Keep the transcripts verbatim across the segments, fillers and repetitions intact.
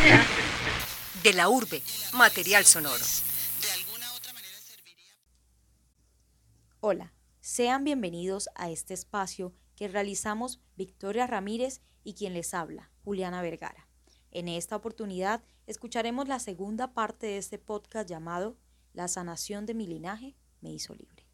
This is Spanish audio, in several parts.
De la urbe, material sonoro. Hola, sean bienvenidos a este espacio que realizamos Victoria Ramírez y quien les habla, Juliana Vergara. En esta oportunidad escucharemos la segunda parte de este podcast llamado La sanación de mi linaje me hizo libre.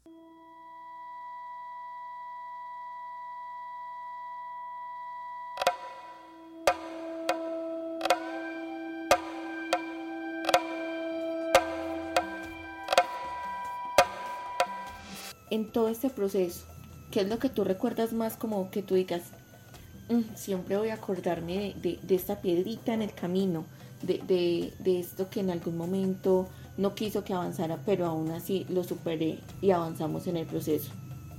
En todo este proceso, ¿qué es lo que tú recuerdas más como que tú digas, "Mm, siempre voy a acordarme de, de- de esta piedrita en el camino, de, de- de esto que en algún momento no quiso que avanzara, pero aún así lo superé y avanzamos en el proceso"?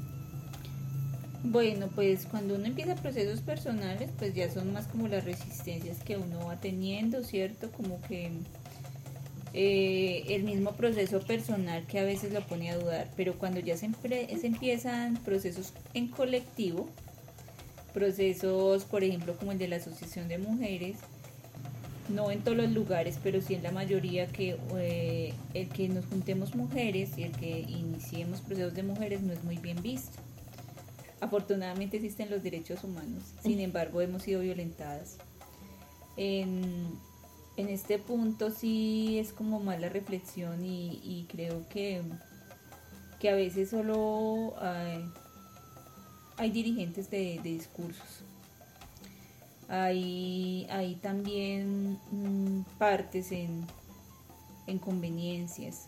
Bueno, pues cuando uno empieza procesos personales, pues ya son más como las resistencias que uno va teniendo, ¿cierto? Como que eh, el mismo proceso personal que a veces lo pone a dudar, pero cuando ya se, empre- se empiezan procesos en colectivo, procesos, por ejemplo, como el de la Asociación de Mujeres, no en todos los lugares, pero sí en la mayoría, que eh, el que nos juntemos mujeres y el que iniciemos procesos de mujeres no es muy bien visto. Afortunadamente existen los derechos humanos, sin embargo hemos sido violentadas. En, en este punto sí es como más la reflexión y, y creo que, que a veces solo hay, hay dirigentes de, de discursos. Hay, hay también mm, partes en, en conveniencias.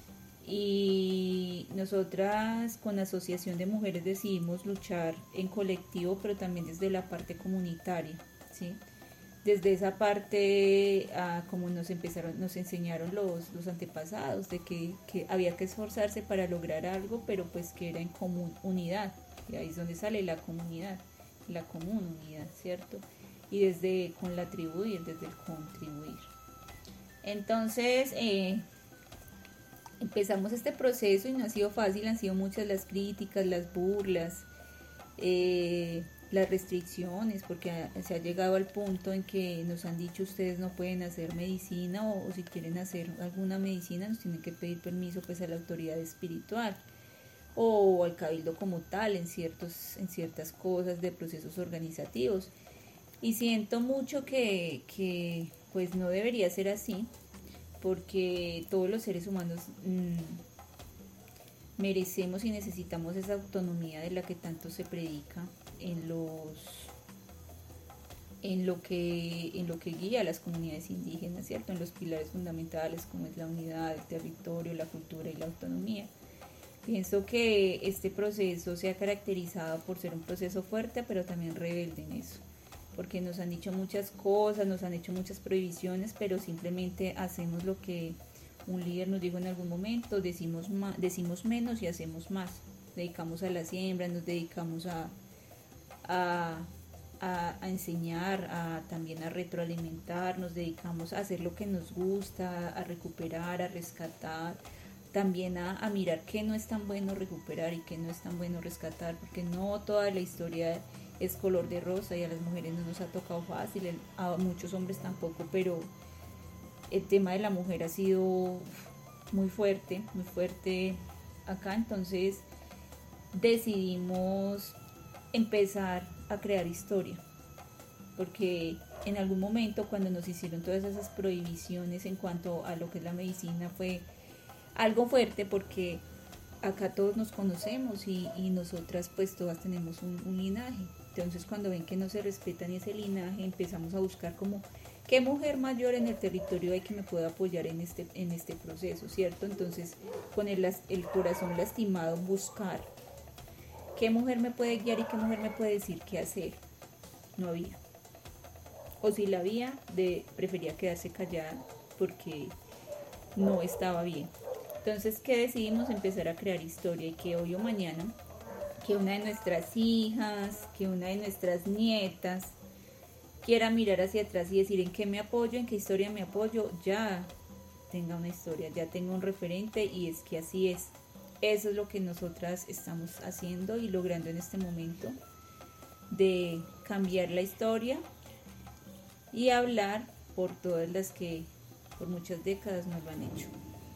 Y nosotras con la Asociación de Mujeres decidimos luchar en colectivo, pero también desde la parte comunitaria, ¿sí? Desde esa parte, ah, como nos empezaron, nos enseñaron los, los antepasados, de que, que había que esforzarse para lograr algo, pero pues que era en común unidad, y ahí es donde sale la comunidad, la común unidad, ¿cierto? Y desde con la tribu y desde el contribuir. Entonces, eh, empezamos este proceso y no ha sido fácil, han sido muchas las críticas, las burlas, eh, las restricciones, porque ha, se ha llegado al punto en que nos han dicho ustedes no pueden hacer medicina o, o si quieren hacer alguna medicina nos tienen que pedir permiso pues a la autoridad espiritual o al cabildo como tal en, ciertos, en ciertas cosas de procesos organizativos. Y siento mucho que, que pues no debería ser así, porque todos los seres humanos mmm, merecemos y necesitamos esa autonomía de la que tanto se predica en los en lo que en lo que guía a las comunidades indígenas, ¿cierto? En los pilares fundamentales como es la unidad, el territorio, la cultura y la autonomía. Pienso que este proceso se ha caracterizado por ser un proceso fuerte, pero también rebelde en eso, porque nos han dicho muchas cosas, nos han hecho muchas prohibiciones, pero simplemente hacemos lo que un líder nos dijo en algún momento, decimos, más, decimos menos y hacemos más. Dedicamos a la siembra, nos dedicamos a, a, a, a enseñar, a, también a retroalimentar, nos dedicamos a hacer lo que nos gusta, a recuperar, a rescatar, también a, a mirar qué no es tan bueno recuperar y qué no es tan bueno rescatar, porque no toda la historia es color de rosa y a las mujeres no nos ha tocado fácil, a muchos hombres tampoco, pero el tema de la mujer ha sido muy fuerte, muy fuerte acá, entonces decidimos empezar a crear historia, porque en algún momento cuando nos hicieron todas esas prohibiciones en cuanto a lo que es la medicina fue algo fuerte, porque acá todos nos conocemos y, y nosotras pues todas tenemos un, un linaje. Entonces cuando ven que no se respeta ni ese linaje, empezamos a buscar como qué mujer mayor en el territorio hay que me pueda apoyar en este, en este proceso, ¿cierto? Entonces con el, el corazón lastimado buscar qué mujer me puede guiar y qué mujer me puede decir qué hacer. No había. O si la había, de, prefería quedarse callada porque no estaba bien. Entonces, ¿qué decidimos? Empezar a crear historia y que hoy o mañana, que una de nuestras hijas, que una de nuestras nietas quiera mirar hacia atrás y decir en qué me apoyo, en qué historia me apoyo, ya tenga una historia, ya tenga un referente, y es que así es. Eso es lo que nosotras estamos haciendo y logrando en este momento, de cambiar la historia y hablar por todas las que por muchas décadas nos lo han hecho.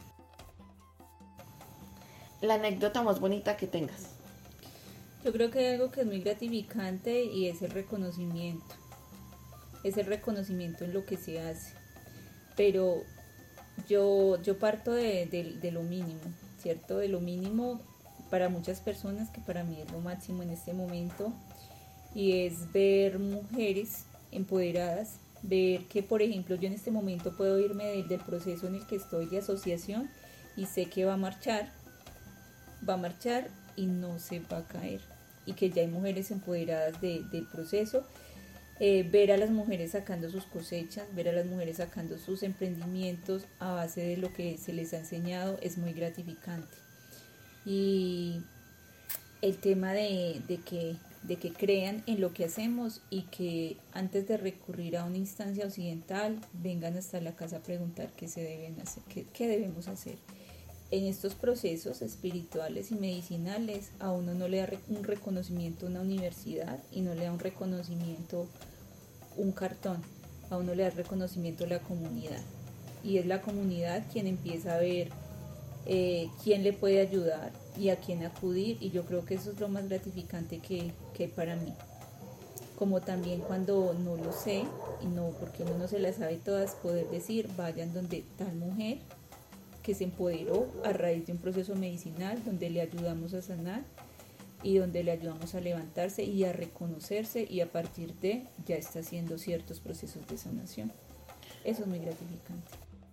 La anécdota más bonita que tengas. Yo creo que hay algo que es muy gratificante y es el reconocimiento. Es el reconocimiento en lo que se hace. Pero yo, yo parto de, de, de lo mínimo, ¿cierto? De lo mínimo para muchas personas, que para mí es lo máximo en este momento, y es ver mujeres empoderadas, ver que, por ejemplo, yo en este momento puedo irme del, del proceso en el que estoy de asociación y sé que va a marchar, va a marchar y no se va a caer, y que ya hay mujeres empoderadas de, del proceso. Eh, ver a las mujeres sacando sus cosechas, ver a las mujeres sacando sus emprendimientos a base de lo que se les ha enseñado es muy gratificante. Y el tema de, de, que, de que crean en lo que hacemos y que antes de recurrir a una instancia occidental vengan hasta la casa a preguntar qué se deben hacer, qué, qué debemos hacer. En estos procesos espirituales y medicinales a uno no le da un reconocimiento una universidad y no le da un reconocimiento un cartón, a uno le da reconocimiento la comunidad, y es la comunidad quien empieza a ver eh, quién le puede ayudar y a quién acudir, y yo creo que eso es lo más gratificante que, que hay para mí. Como también cuando no lo sé, y no porque uno no se las sabe todas, poder decir vayan donde tal mujer que se empoderó a raíz de un proceso medicinal donde le ayudamos a sanar y donde le ayudamos a levantarse y a reconocerse, y a partir de ya está haciendo ciertos procesos de sanación. Eso es muy gratificante.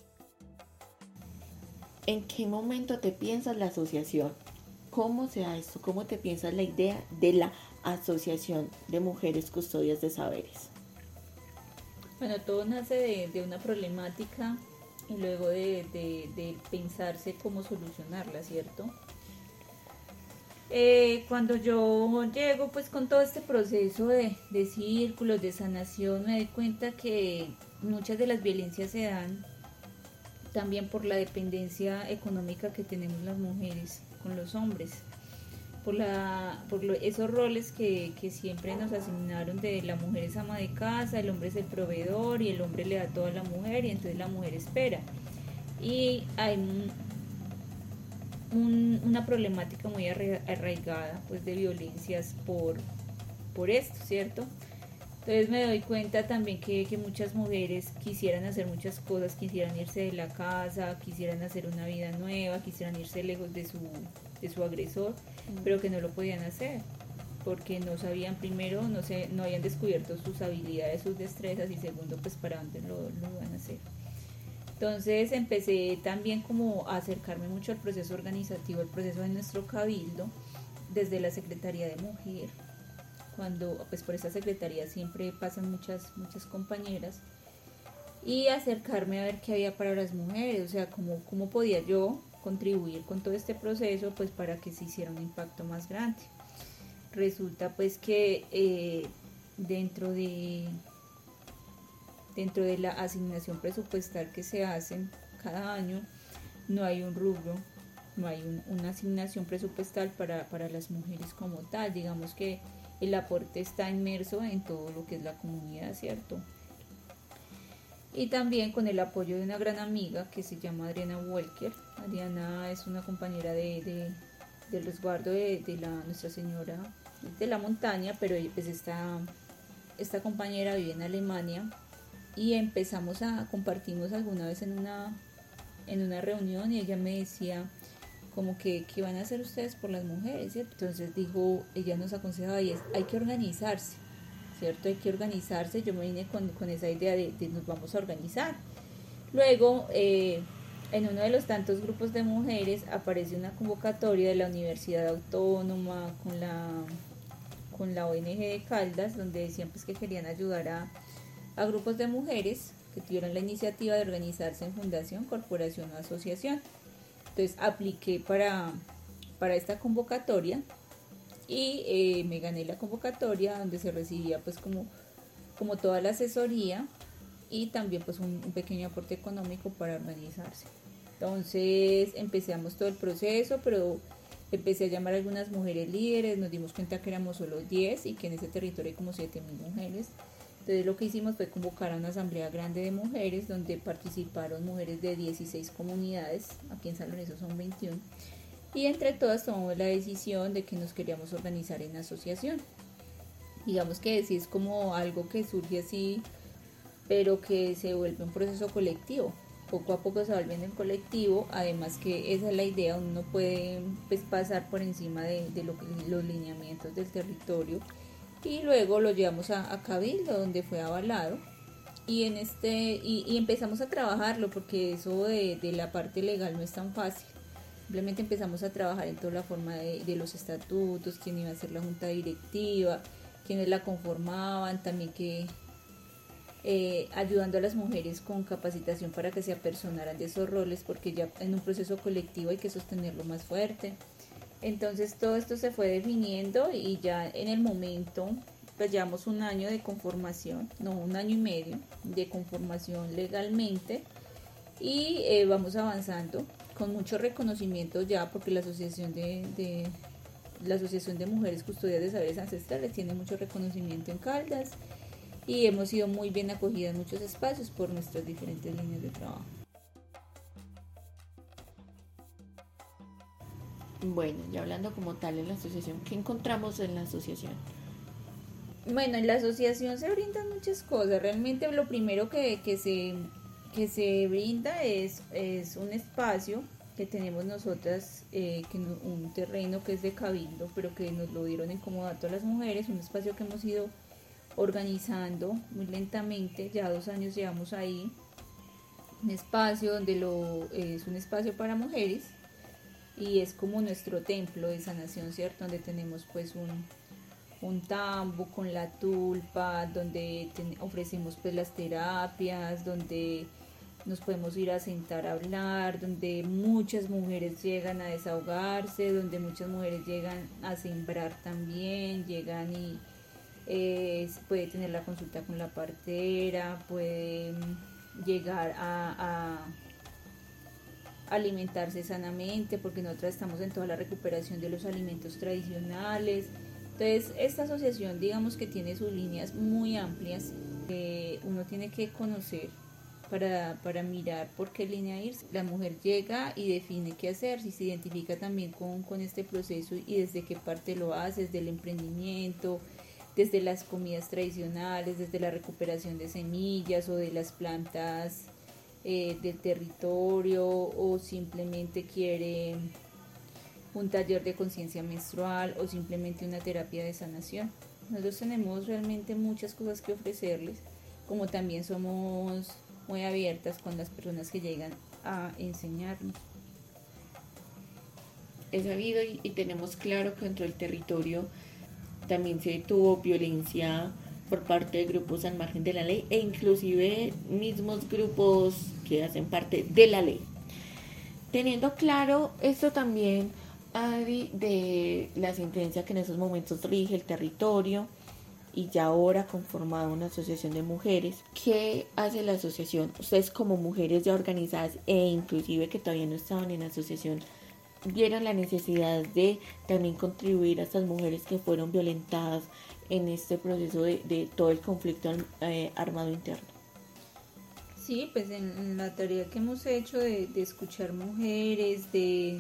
¿En qué momento te piensas la asociación? ¿Cómo se da esto? ¿Cómo te piensas la idea de la Asociación de Mujeres Custodias de Saberes? Bueno, todo nace de, de una problemática y luego de, de, de pensarse cómo solucionarla, ¿cierto? Eh, cuando yo llego pues con todo este proceso de, de círculos, de sanación, me doy cuenta que muchas de las violencias se dan también por la dependencia económica que tenemos las mujeres con los hombres, por, la, por lo, esos roles que, que siempre nos asignaron de la mujer es ama de casa, el hombre es el proveedor y el hombre le da todo a la mujer y entonces la mujer espera. Y hay un, un, una problemática muy arraigada pues de violencias por, por esto, ¿cierto? Entonces me doy cuenta también que, que muchas mujeres quisieran hacer muchas cosas, quisieran irse de la casa, quisieran hacer una vida nueva, quisieran irse lejos de su, de su agresor, mm. pero que no lo podían hacer, porque no sabían, primero, no, se, no habían descubierto sus habilidades, sus destrezas, y segundo, pues para dónde lo, lo iban a hacer. Entonces empecé también como a acercarme mucho al proceso organizativo, al proceso de nuestro cabildo, desde la Secretaría de Mujer, cuando pues por esa secretaría siempre pasan muchas, muchas compañeras, y acercarme a ver qué había para las mujeres, o sea, cómo, cómo podía yo contribuir con todo este proceso pues para que se hiciera un impacto más grande. Resulta pues que eh, dentro de dentro de la asignación presupuestal que se hace cada año no hay un rubro, no hay un, una asignación presupuestal para, para las mujeres como tal. Digamos que el aporte está inmerso en todo lo que es la comunidad, ¿cierto? Y también con el apoyo de una gran amiga que se llama Adriana Walker. Adriana es una compañera de, de, del resguardo de, de la Nuestra Señora de la Montaña, pero pues esta, esta compañera vive en Alemania, y empezamos a compartimos alguna vez en una, en una reunión, y ella me decía como que, ¿qué van a hacer ustedes por las mujeres? ¿Cierto? Entonces dijo, ella nos aconsejaba, y es, hay que organizarse, ¿cierto? Hay que organizarse. Yo me vine con, con esa idea de, de nos vamos a organizar. Luego, eh, en uno de los tantos grupos de mujeres apareció una convocatoria de la Universidad Autónoma con la, con la O N G de Caldas, donde decían pues que querían ayudar a, a grupos de mujeres que tuvieron la iniciativa de organizarse en fundación, corporación o asociación. Entonces apliqué para, para esta convocatoria y eh, me gané la convocatoria, donde se recibía pues como, como toda la asesoría y también pues un, un pequeño aporte económico para organizarse. Entonces empezamos todo el proceso, pero empecé a llamar a algunas mujeres líderes, nos dimos cuenta que éramos solo diez y que en ese territorio hay como siete mil mujeres. Entonces lo que hicimos fue convocar a una asamblea grande de mujeres donde participaron mujeres de dieciséis comunidades, aquí en San Lorenzo son veintiuno, y entre todas tomamos la decisión de que nos queríamos organizar en asociación. Digamos que sí es como algo que surge así, pero que se vuelve un proceso colectivo. Poco a poco se vuelve en el colectivo, además que esa es la idea, uno no puede pues, pasar por encima de, de lo, los lineamientos del territorio, y luego lo llevamos a, a Cabildo, donde fue avalado, y en este y, y empezamos a trabajarlo, porque eso de, de la parte legal no es tan fácil. Simplemente empezamos a trabajar en toda la forma de, de los estatutos, quién iba a ser la junta directiva, quiénes la conformaban, también que eh, ayudando a las mujeres con capacitación para que se apersonaran de esos roles, porque ya en un proceso colectivo hay que sostenerlo más fuerte. Entonces todo esto se fue definiendo y ya en el momento pues llevamos un año de conformación, no, un año y medio de conformación legalmente, y eh, vamos avanzando con mucho reconocimiento ya, porque la asociación de, de la asociación de mujeres custodias de saberes ancestrales tiene mucho reconocimiento en Caldas, y hemos sido muy bien acogidas en muchos espacios por nuestras diferentes líneas de trabajo. Bueno, ya hablando como tal en la asociación, ¿qué encontramos en la asociación? Bueno, en la asociación se brindan muchas cosas. Realmente lo primero que, que, se, que se brinda es, es un espacio que tenemos nosotras, eh, que no, un terreno que es de Cabildo, pero que nos lo dieron en comodato a las mujeres, un espacio que hemos ido organizando muy lentamente, ya dos años llevamos ahí, un espacio donde lo, es un espacio para mujeres, y es como nuestro templo de sanación, ¿cierto? Donde tenemos pues un, un tambo con la tulpa, donde ten, ofrecemos pues las terapias, donde nos podemos ir a sentar a hablar, donde muchas mujeres llegan a desahogarse, donde muchas mujeres llegan a sembrar también, llegan y eh, puede tener la consulta con la partera, puede llegar a... a alimentarse sanamente, porque nosotros estamos en toda la recuperación de los alimentos tradicionales. Entonces esta asociación, digamos que tiene sus líneas muy amplias, que uno tiene que conocer para, para mirar por qué línea ir. La mujer llega y define qué hacer, si se identifica también con, con este proceso y desde qué parte lo hace, desde el emprendimiento, desde las comidas tradicionales, desde la recuperación de semillas o de las plantas Eh, del territorio, o simplemente quiere un taller de conciencia menstrual o simplemente una terapia de sanación. Nosotros tenemos realmente muchas cosas que ofrecerles, como también somos muy abiertas con las personas que llegan a enseñarnos. Es sabido y, y tenemos claro que dentro del territorio también se tuvo violencia por parte de grupos al margen de la ley, e inclusive mismos grupos que hacen parte de la ley. Teniendo claro esto también, Adri, de la sentencia que en esos momentos rige el territorio, y ya ahora conformada una asociación de mujeres, ¿qué hace la asociación? Ustedes como mujeres ya organizadas e inclusive que todavía no estaban en asociación, vieron la necesidad de también contribuir a estas mujeres que fueron violentadas en este proceso de, de todo el conflicto eh, armado interno. Sí, pues en, en la tarea que hemos hecho de, de escuchar mujeres, de,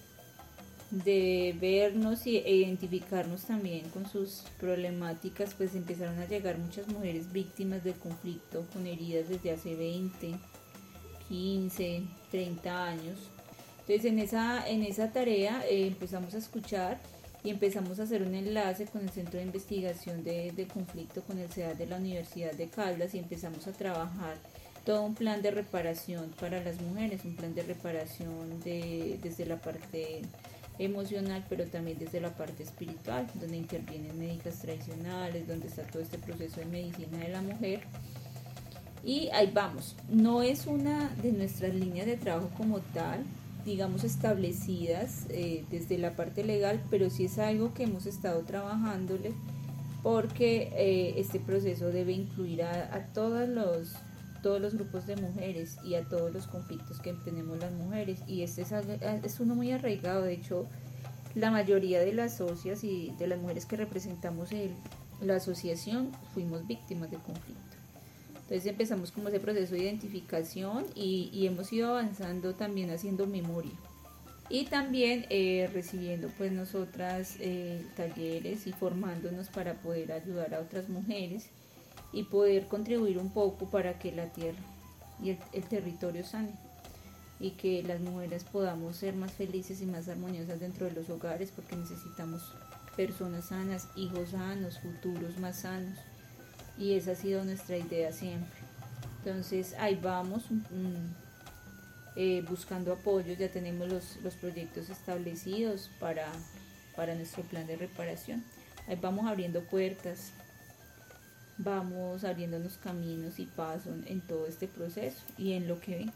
de vernos y, e identificarnos también con sus problemáticas, pues empezaron a llegar muchas mujeres víctimas del conflicto con heridas desde hace veinte, quince, treinta años. Entonces en esa, en esa tarea eh, empezamos a escuchar y empezamos a hacer un enlace con el Centro de Investigación de, de Conflicto, con el C E D A de la Universidad de Caldas, y empezamos a trabajar todo un plan de reparación para las mujeres, un plan de reparación de, desde la parte emocional, pero también desde la parte espiritual, donde intervienen médicas tradicionales, donde está todo este proceso de medicina de la mujer. Y ahí vamos, no es una de nuestras líneas de trabajo como tal, digamos establecidas eh, desde la parte legal, pero sí es algo que hemos estado trabajándole, porque eh, este proceso debe incluir a, a todos los todos los grupos de mujeres y a todos los conflictos que tenemos las mujeres, y este es, es uno muy arraigado. De hecho, la mayoría de las socias y de las mujeres que representamos el, la asociación fuimos víctimas del conflicto. Entonces empezamos como ese proceso de identificación y, y hemos ido avanzando también haciendo memoria. Y también eh, recibiendo pues nosotras eh, talleres y formándonos para poder ayudar a otras mujeres y poder contribuir un poco para que la tierra y el, el territorio sane y que las mujeres podamos ser más felices y más armoniosas dentro de los hogares, porque necesitamos personas sanas, hijos sanos, futuros más sanos, y esa ha sido nuestra idea siempre. Entonces ahí vamos um, eh, buscando apoyo, ya tenemos los, los proyectos establecidos para, para nuestro plan de reparación. Ahí vamos abriendo puertas, vamos abriéndonos caminos y pasos en, en todo este proceso y en lo que venga.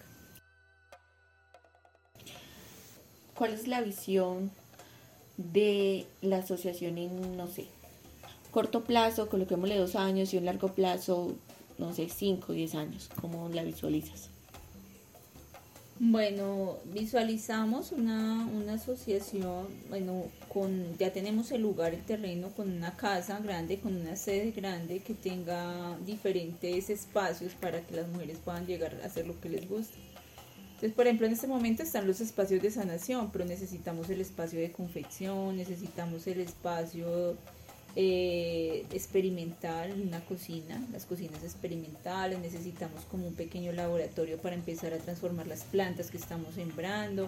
¿Cuál es la visión de la asociación en, no sé, corto plazo, coloquémosle dos años, y un largo plazo, no sé, cinco, diez años? ¿Cómo la visualizas? Bueno, visualizamos una, una asociación, bueno, con ya tenemos el lugar, el terreno, con una casa grande, con una sede grande que tenga diferentes espacios para que las mujeres puedan llegar a hacer lo que les gusta. Entonces, por ejemplo, en este momento están los espacios de sanación, pero necesitamos el espacio de confección, necesitamos el espacio eh, experimental, una cocina, las cocinas experimentales, necesitamos como un pequeño laboratorio para empezar a transformar las plantas que estamos sembrando,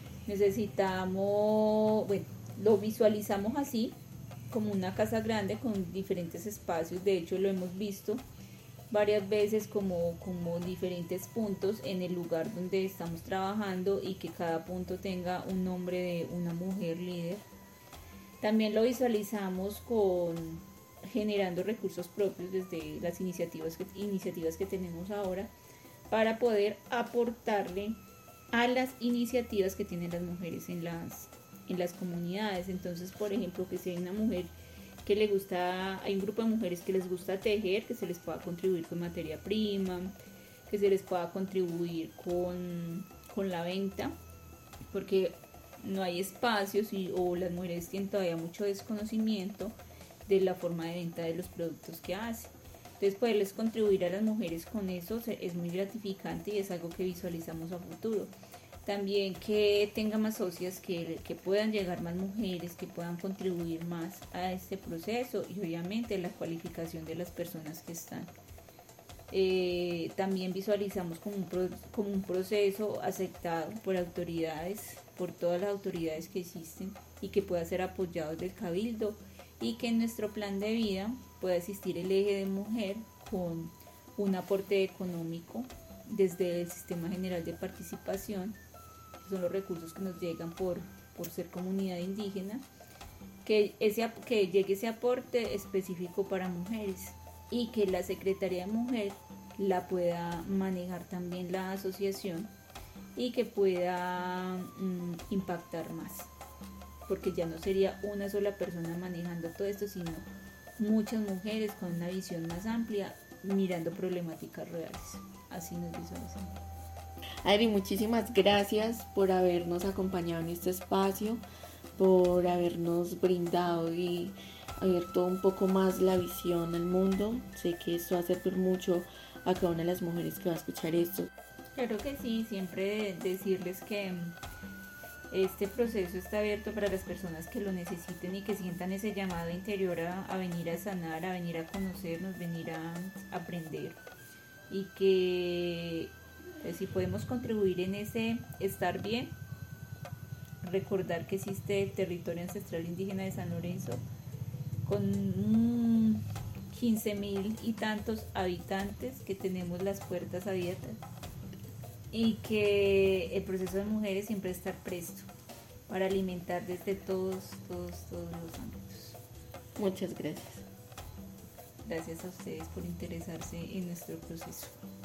necesitamos, bueno, lo visualizamos así, como una casa grande con diferentes espacios. De hecho lo hemos visto varias veces como, como diferentes puntos en el lugar donde estamos trabajando y que cada punto tenga un nombre de una mujer líder. También lo visualizamos con generando recursos propios desde las iniciativas que, iniciativas que tenemos ahora para poder aportarle a las iniciativas que tienen las mujeres en las, en las comunidades. Entonces, por ejemplo, que si hay una mujer que le gusta, hay un grupo de mujeres que les gusta tejer, que se les pueda contribuir con materia prima, que se les pueda contribuir con, con la venta, porque no hay espacios y, o las mujeres tienen todavía mucho desconocimiento de la forma de venta de los productos que hacen. Entonces poderles contribuir a las mujeres con eso es muy gratificante y es algo que visualizamos a futuro. También que tenga más socias, que, que puedan llegar más mujeres, que puedan contribuir más a este proceso y obviamente la cualificación de las personas que están. Eh, también visualizamos como un, pro, como un proceso aceptado por autoridades, por todas las autoridades que existen y que pueda ser apoyado del cabildo y que en nuestro plan de vida pueda existir el eje de mujer con un aporte económico desde el Sistema General de Participación, que son los recursos que nos llegan por, por ser comunidad indígena, que, ese, que llegue ese aporte específico para mujeres y que la Secretaría de Mujer la pueda manejar también la asociación y que pueda mmm, impactar más, porque ya no sería una sola persona manejando todo esto, sino muchas mujeres con una visión más amplia mirando problemáticas reales. Así nos visualizamos. Adri, muchísimas gracias por habernos acompañado en este espacio, por habernos brindado y abierto un poco más la visión al mundo. Sé que esto va a servir mucho a cada una de las mujeres que va a escuchar esto. Claro que sí, siempre decirles que este proceso está abierto para las personas que lo necesiten y que sientan ese llamado interior a, a venir a sanar, a venir a conocernos, venir a aprender, y que pues, si podemos contribuir en ese estar bien, recordar que existe el territorio ancestral indígena de San Lorenzo con mmm, quince mil y tantos habitantes, que tenemos las puertas abiertas y que el proceso de mujeres siempre estar presto para alimentar desde todos, todos, todos los ámbitos. Muchas gracias. Gracias a ustedes por interesarse en nuestro proceso.